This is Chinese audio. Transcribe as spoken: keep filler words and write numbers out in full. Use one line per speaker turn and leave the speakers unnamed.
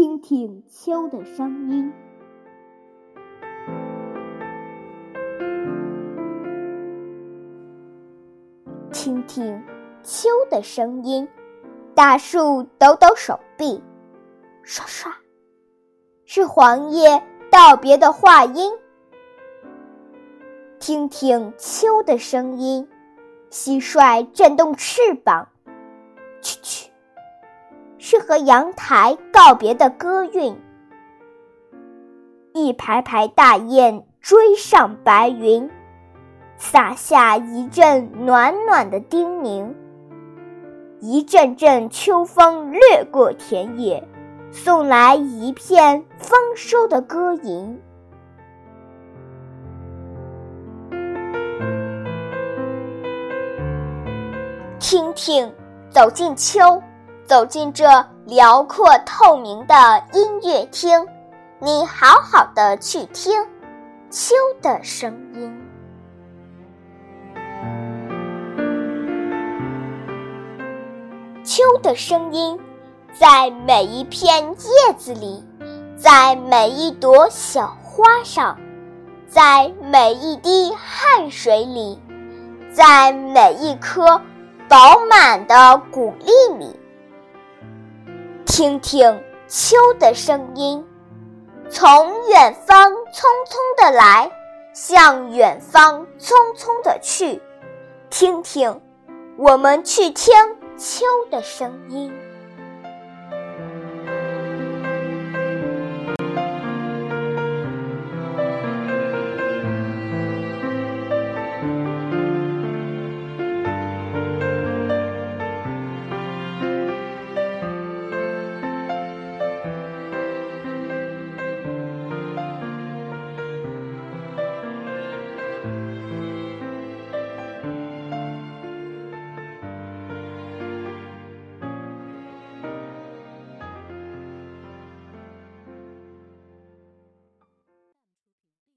听听秋的声音。听听秋的声音，大树抖抖手臂，刷刷，是黄叶道别的话音。听听秋的声音，蟋蟀震动翅膀，蛐蛐，是和阳台告别的歌韵。一排排大雁追上白云，洒下一阵暖暖的叮咛。一阵阵秋风掠过田野，送来一片丰收的歌吟。听听，走进秋，走进这辽阔透明的音乐厅，你好好的去听秋的声音。秋的声音，在每一片叶子里，在每一朵小花上，在每一滴汗水里，在每一颗饱满的谷粒里。听听秋的声音，从远方匆匆地来，向远方匆匆地去。听听，我们去听秋的声音。